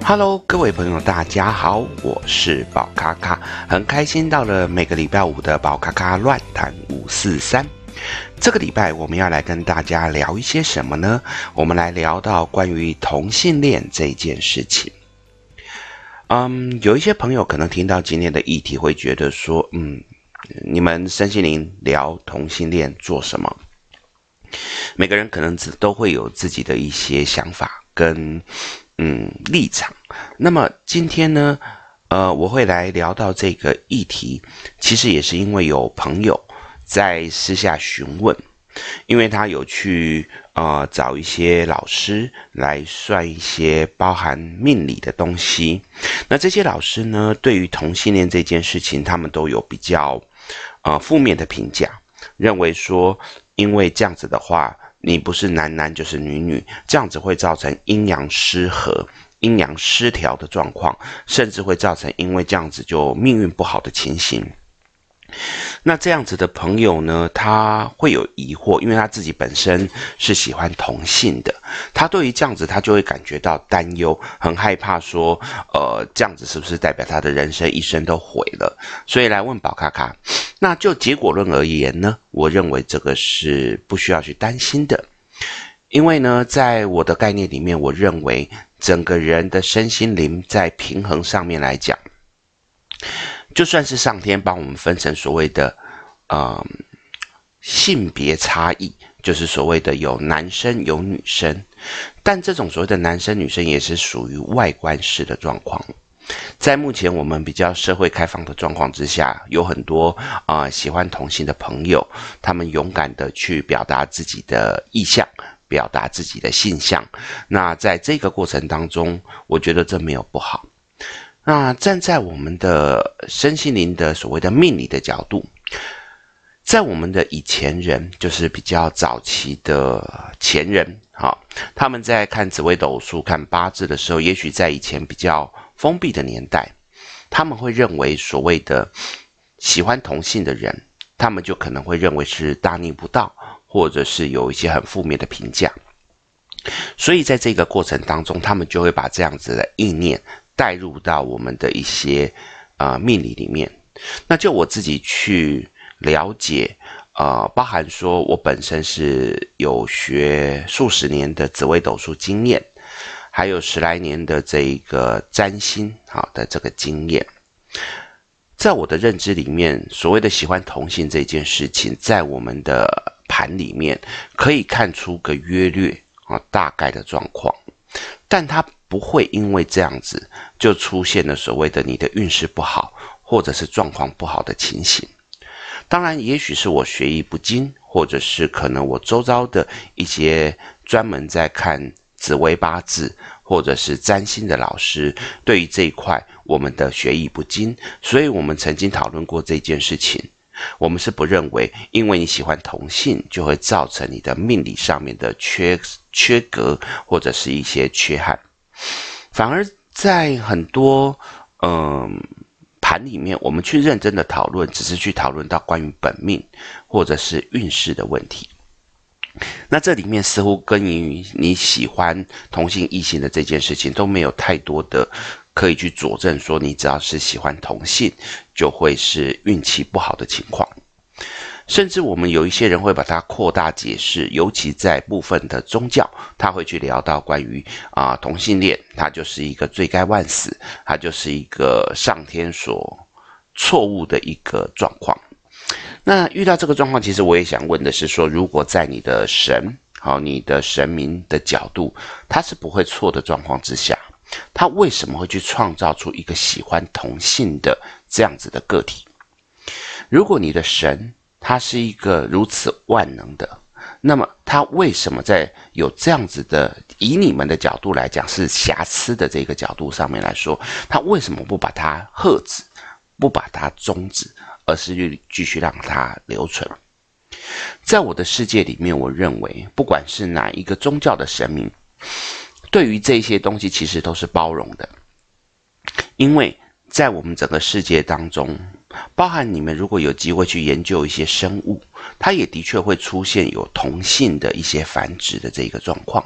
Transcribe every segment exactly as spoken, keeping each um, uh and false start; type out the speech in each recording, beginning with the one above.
Hello，各位朋友，大家好，我是宝咖咖，很开心到了每个礼拜五的宝咖咖乱谈五四三。这个礼拜我们要来跟大家聊一些什么呢？我们来聊到关于同性恋这件事情。嗯，有一些朋友可能听到今天的议题会觉得说，嗯，你们身心灵聊同性恋做什么？每个人可能都会有自己的一些想法跟嗯立场。那么今天呢，呃，我会来聊到这个议题，其实也是因为有朋友在私下询问，因为他有去呃找一些老师来算一些包含命理的东西。那这些老师呢，对于同性恋这件事情，他们都有比较呃负面的评价，认为说，因为这样子的话，你不是男男就是女女，这样子会造成阴阳失和、阴阳失调的状况，甚至会造成因为这样子就命运不好的情形。那这样子的朋友呢，他会有疑惑，因为他自己本身是喜欢同性的，他对于这样子他就会感觉到担忧，很害怕说，呃，这样子是不是代表他的人生一生都毁了？所以来问宝咖咖。那就结果论而言呢，我认为这个是不需要去担心的，因为呢，在我的概念里面，我认为整个人的身心灵在平衡上面来讲，就算是上天帮我们分成所谓的呃性别差异，就是所谓的有男生有女生，但这种所谓的男生女生也是属于外观式的状况。在目前我们比较社会开放的状况之下，有很多啊、呃、喜欢同性的朋友，他们勇敢的去表达自己的意向，表达自己的性向。那在这个过程当中，我觉得这没有不好。那站在我们的身心灵的所谓的命理的角度，在我们的以前人，就是比较早期的前人，好，他们在看紫微斗数、看八字的时候，也许在以前比较封闭的年代，他们会认为所谓的喜欢同性的人，他们就可能会认为是大逆不道，或者是有一些很负面的评价。所以在这个过程当中，他们就会把这样子的意念带入到我们的一些呃命理里面。那就我自己去了解，呃，包含说我本身是有学数十年的紫微斗数经验，还有十来年的这个占星好的这个经验。在我的认知里面，所谓的喜欢同性这件事情，在我们的盘里面可以看出个约略啊大概的状况，但它不会因为这样子就出现了所谓的你的运势不好，或者是状况不好的情形。当然，也许是我学艺不精，或者是可能我周遭的一些专门在看紫微八字或者是占星的老师，对于这一块我们的学艺不精，所以我们曾经讨论过这件事情。我们是不认为因为你喜欢同性就会造成你的命理上面的缺缺格或者是一些缺憾，反而在很多嗯盘里面，我们去认真的讨论，只是去讨论到关于本命或者是运势的问题。那这里面似乎跟于你喜欢同性异性的这件事情都没有太多的可以去佐证说你只要是喜欢同性就会是运气不好的情况。甚至我们有一些人会把它扩大解释，尤其在部分的宗教，他会去聊到关于啊、呃、同性恋，它就是一个罪该万死，它就是一个上天所错误的一个状况。那遇到这个状况，其实我也想问的是说，如果在你的神，好，你的神明的角度，他是不会错的状况之下，他为什么会去创造出一个喜欢同性的这样子的个体？如果你的神他是一个如此万能的，那么他为什么在有这样子的，以你们的角度来讲是瑕疵的这个角度上面来说，他为什么不把它喝止，不把它终止，而是继续让它留存？在我的世界里面，我认为不管是哪一个宗教的神明，对于这些东西其实都是包容的，因为在我们整个世界当中，包含你们如果有机会去研究一些生物，它也的确会出现有同性的一些繁殖的这个状况。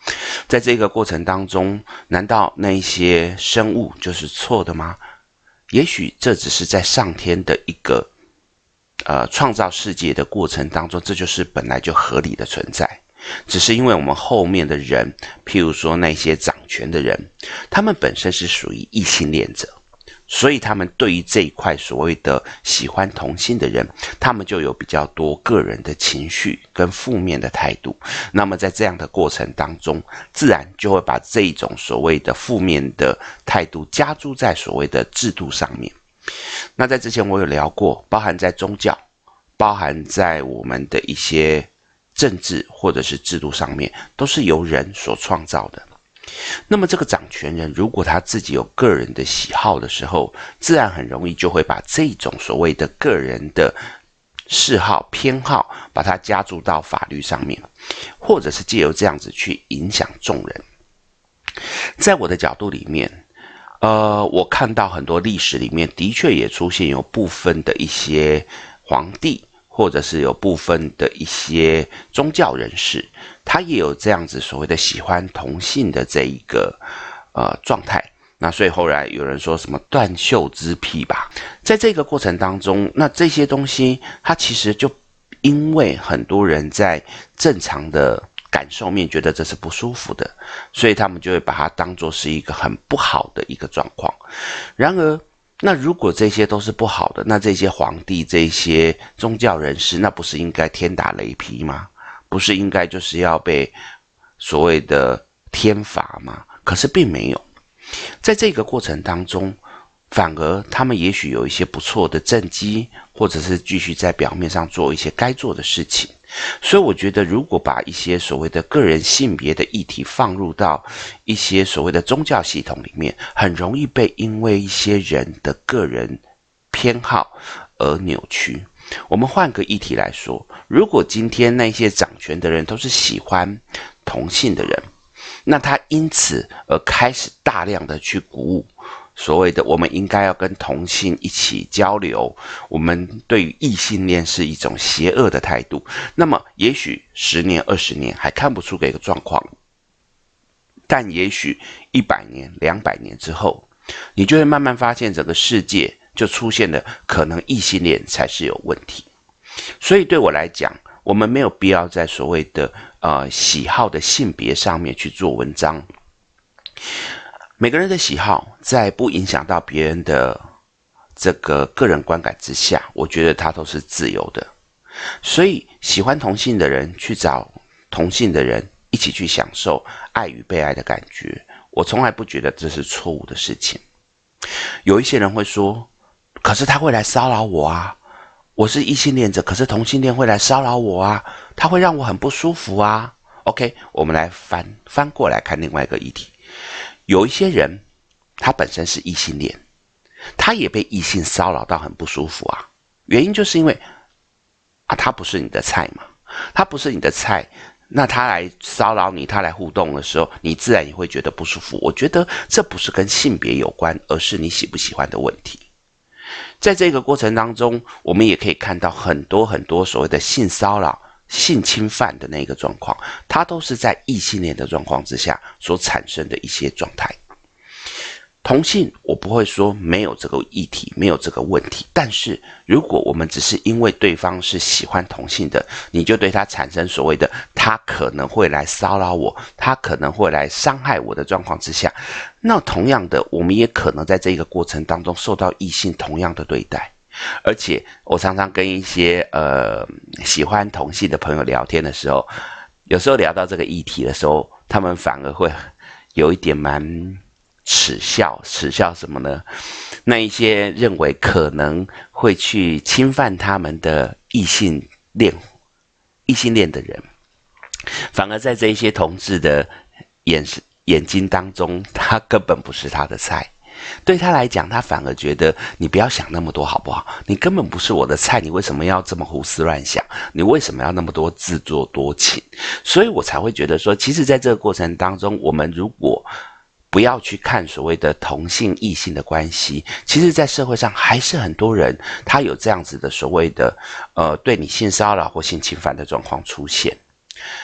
在这个过程当中，难道那一些生物就是错的吗？也许这只是在上天的一个呃创造世界的过程当中，这就是本来就合理的存在。只是因为我们后面的人，譬如说那些掌权的人，他们本身是属于异性恋者，所以他们对于这一块所谓的喜欢同性的人，他们就有比较多个人的情绪跟负面的态度。那么在这样的过程当中，自然就会把这种所谓的负面的态度加诸在所谓的制度上面。那在之前我有聊过，包含在宗教，包含在我们的一些政治或者是制度上面，都是由人所创造的。那么这个掌权人如果他自己有个人的喜好的时候，自然很容易就会把这种所谓的个人的嗜好偏好把它加注到法律上面，或者是借由这样子去影响众人。在我的角度里面，呃，我看到很多历史里面的确也出现有部分的一些皇帝，或者是有部分的一些宗教人士，他也有这样子所谓的喜欢同性的这一个呃状态。那所以后来有人说什么断袖之癖吧，在这个过程当中，那这些东西它其实就因为很多人在正常的感受面觉得这是不舒服的，所以他们就会把它当作是一个很不好的一个状况。然而那如果这些都是不好的，那这些皇帝这些宗教人士，那不是应该天打雷劈吗？不是应该就是要被所谓的天罚吗？可是并没有。在这个过程当中，反而他们也许有一些不错的政绩，或者是继续在表面上做一些该做的事情。所以我觉得如果把一些所谓的个人性别的议题放入到一些所谓的宗教系统里面，很容易被因为一些人的个人偏好而扭曲。我们换个议题来说，如果今天那些掌权的人都是喜欢同性的人，那他因此而开始大量的去鼓舞所谓的我们应该要跟同性一起交流，我们对于异性恋是一种邪恶的态度，那么也许十年二十年还看不出个状况，但也许一百年两百年之后，你就会慢慢发现整个世界就出现了可能异性恋才是有问题。所以对我来讲，我们没有必要在所谓的呃喜好的性别上面去做文章。每个人的喜好在不影响到别人的这个个人观感之下，我觉得他都是自由的。所以喜欢同性的人去找同性的人一起去享受爱与被爱的感觉，我从来不觉得这是错误的事情。有一些人会说，可是他会来骚扰我啊，我是异性恋者，可是同性恋会来骚扰我啊，他会让我很不舒服啊。 OK， 我们来翻翻过来看另外一个议题。有一些人他本身是异性恋，他也被异性骚扰到很不舒服啊，原因就是因为啊，他不是你的菜嘛，他不是你的菜，那他来骚扰你，他来互动的时候，你自然也会觉得不舒服。我觉得这不是跟性别有关，而是你喜不喜欢的问题。在这个过程当中，我们也可以看到很多很多所谓的性骚扰、性侵犯的那个状况，它都是在异性恋的状况之下所产生的一些状态。同性我不会说没有这个议题，没有这个问题，但是如果我们只是因为对方是喜欢同性的，你就对他产生所谓的他可能会来骚扰我，他可能会来伤害我的状况之下，那同样的我们也可能在这个过程当中受到异性同样的对待。而且我常常跟一些呃喜欢同性的朋友聊天的时候，有时候聊到这个议题的时候，他们反而会有一点蛮耻笑。耻笑什么呢？那一些认为可能会去侵犯他们的异性恋异性恋的人，反而在这一些同志的眼眼睛当中，他根本不是他的菜。对他来讲，他反而觉得你不要想那么多好不好，你根本不是我的菜，你为什么要这么胡思乱想，你为什么要那么多自作多情。所以我才会觉得说，其实在这个过程当中，我们如果不要去看所谓的同性异性的关系，其实在社会上还是很多人他有这样子的所谓的呃对你性骚扰或性侵犯的状况出现。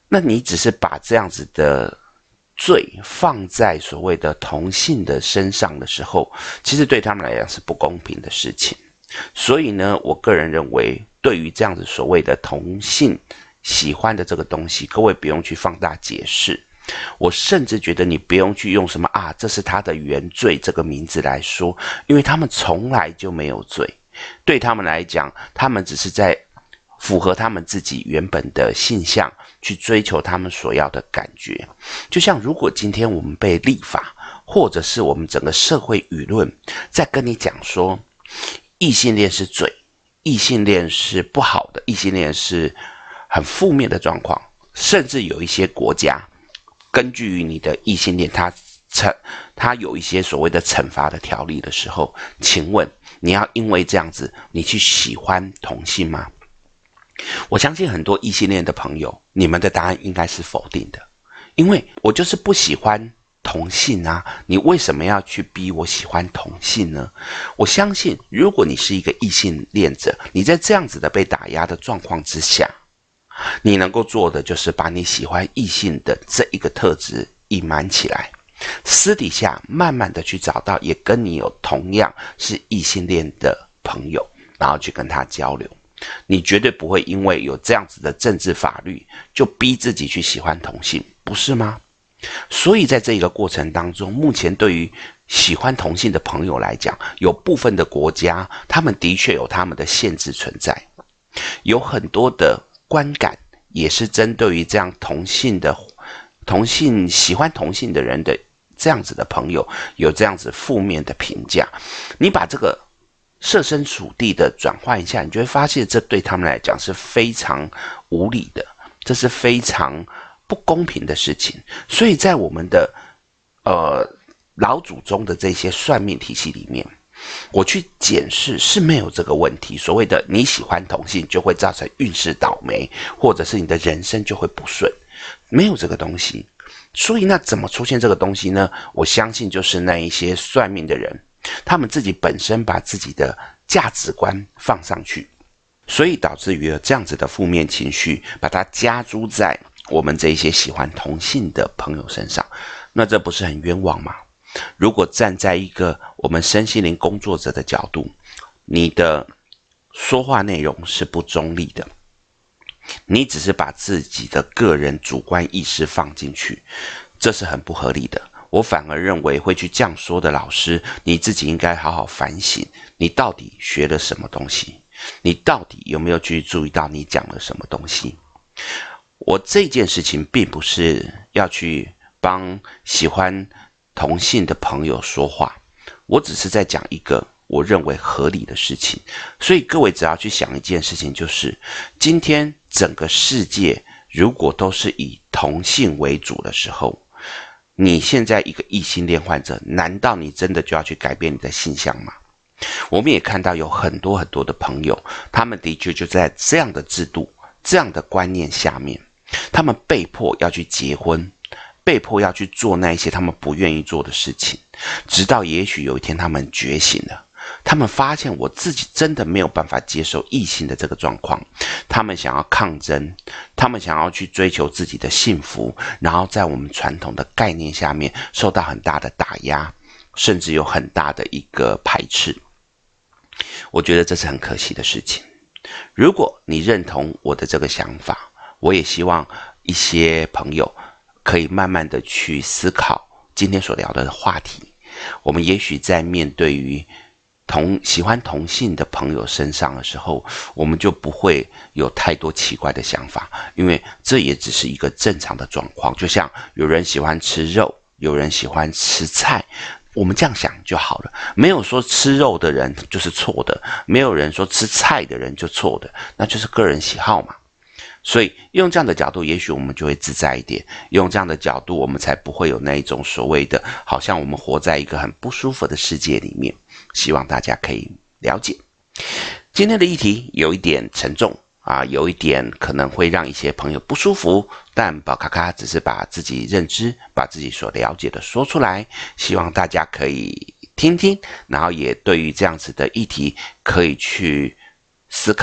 那你只是把这样子的罪放在所谓的同性的身上的时候，其实对他们来讲是不公平的事情。所以呢，我个人认为，对于这样子所谓的同性喜欢的这个东西，各位不用去放大解释。我甚至觉得你不用去用什么啊，这是他的原罪这个名字来说，因为他们从来就没有罪。对他们来讲，他们只是在符合他们自己原本的性向，去追求他们所要的感觉。就像如果今天我们被立法，或者是我们整个社会舆论在跟你讲说，异性恋是罪，异性恋是不好的，异性恋是很负面的状况，甚至有一些国家根据你的异性恋，它它有一些所谓的惩罚的条例的时候，请问你要因为这样子你去喜欢同性吗？我相信很多异性恋的朋友，你们的答案应该是否定的，因为我就是不喜欢同性啊，你为什么要去逼我喜欢同性呢？我相信如果你是一个异性恋者，你在这样子的被打压的状况之下，你能够做的就是把你喜欢异性的这一个特质隐瞒起来，私底下慢慢的去找到也跟你有同样是异性恋的朋友，然后去跟他交流。你绝对不会因为有这样子的政治法律就逼自己去喜欢同性，不是吗？所以在这个过程当中，目前对于喜欢同性的朋友来讲，有部分的国家他们的确有他们的限制存在，有很多的观感也是针对于这样同性的同性喜欢同性的人的这样子的朋友有这样子负面的评价。你把这个设身处地的转换一下，你就会发现这对他们来讲是非常无理的，这是非常不公平的事情。所以在我们的呃老祖宗的这些算命体系里面，我去检视是没有这个问题，所谓的你喜欢同性就会造成运势倒霉，或者是你的人生就会不顺，没有这个东西。所以那怎么出现这个东西呢？我相信就是那一些算命的人，他们自己本身把自己的价值观放上去，所以导致于了这样子的负面情绪，把它加诸在我们这一些喜欢同性的朋友身上。那这不是很冤枉吗？如果站在一个我们身心灵工作者的角度，你的说话内容是不中立的，你只是把自己的个人主观意识放进去，这是很不合理的。我反而认为会去这样说的老师，你自己应该好好反省，你到底学了什么东西，你到底有没有去注意到你讲了什么东西。我这件事情并不是要去帮喜欢同性的朋友说话，我只是在讲一个我认为合理的事情。所以各位只要去想一件事情，就是今天整个世界如果都是以同性为主的时候，你现在一个异性恋患者，难道你真的就要去改变你的性向吗？我们也看到有很多很多的朋友，他们的确就在这样的制度、这样的观念下面，他们被迫要去结婚，被迫要去做那一些他们不愿意做的事情，直到也许有一天他们觉醒了，他们发现我自己真的没有办法接受异性的这个状况，他们想要抗争，他们想要去追求自己的幸福，然后在我们传统的概念下面受到很大的打压，甚至有很大的一个排斥。我觉得这是很可惜的事情。如果你认同我的这个想法，我也希望一些朋友可以慢慢的去思考今天所聊的话题。我们也许在面对于同喜欢同性的朋友身上的时候，我们就不会有太多奇怪的想法，因为这也只是一个正常的状况。就像有人喜欢吃肉，有人喜欢吃菜，我们这样想就好了，没有说吃肉的人就是错的，没有人说吃菜的人就错的，那就是个人喜好嘛。所以用这样的角度，也许我们就会自在一点，用这样的角度，我们才不会有那一种所谓的好像我们活在一个很不舒服的世界里面。希望大家可以了解。今天的议题有一点沉重啊，有一点可能会让一些朋友不舒服，但宝咖咖只是把自己认知、把自己所了解的说出来，希望大家可以听听，然后也对于这样子的议题可以去思考。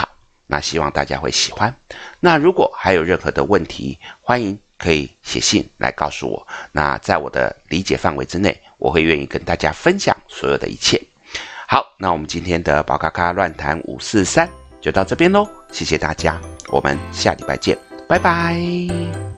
那希望大家会喜欢。那如果还有任何的问题，欢迎可以写信来告诉我。那在我的理解范围之内，我会愿意跟大家分享所有的一切。好，那我们今天的宝咖咖乱谈五四三就到这边咯，谢谢大家，我们下礼拜见，拜拜。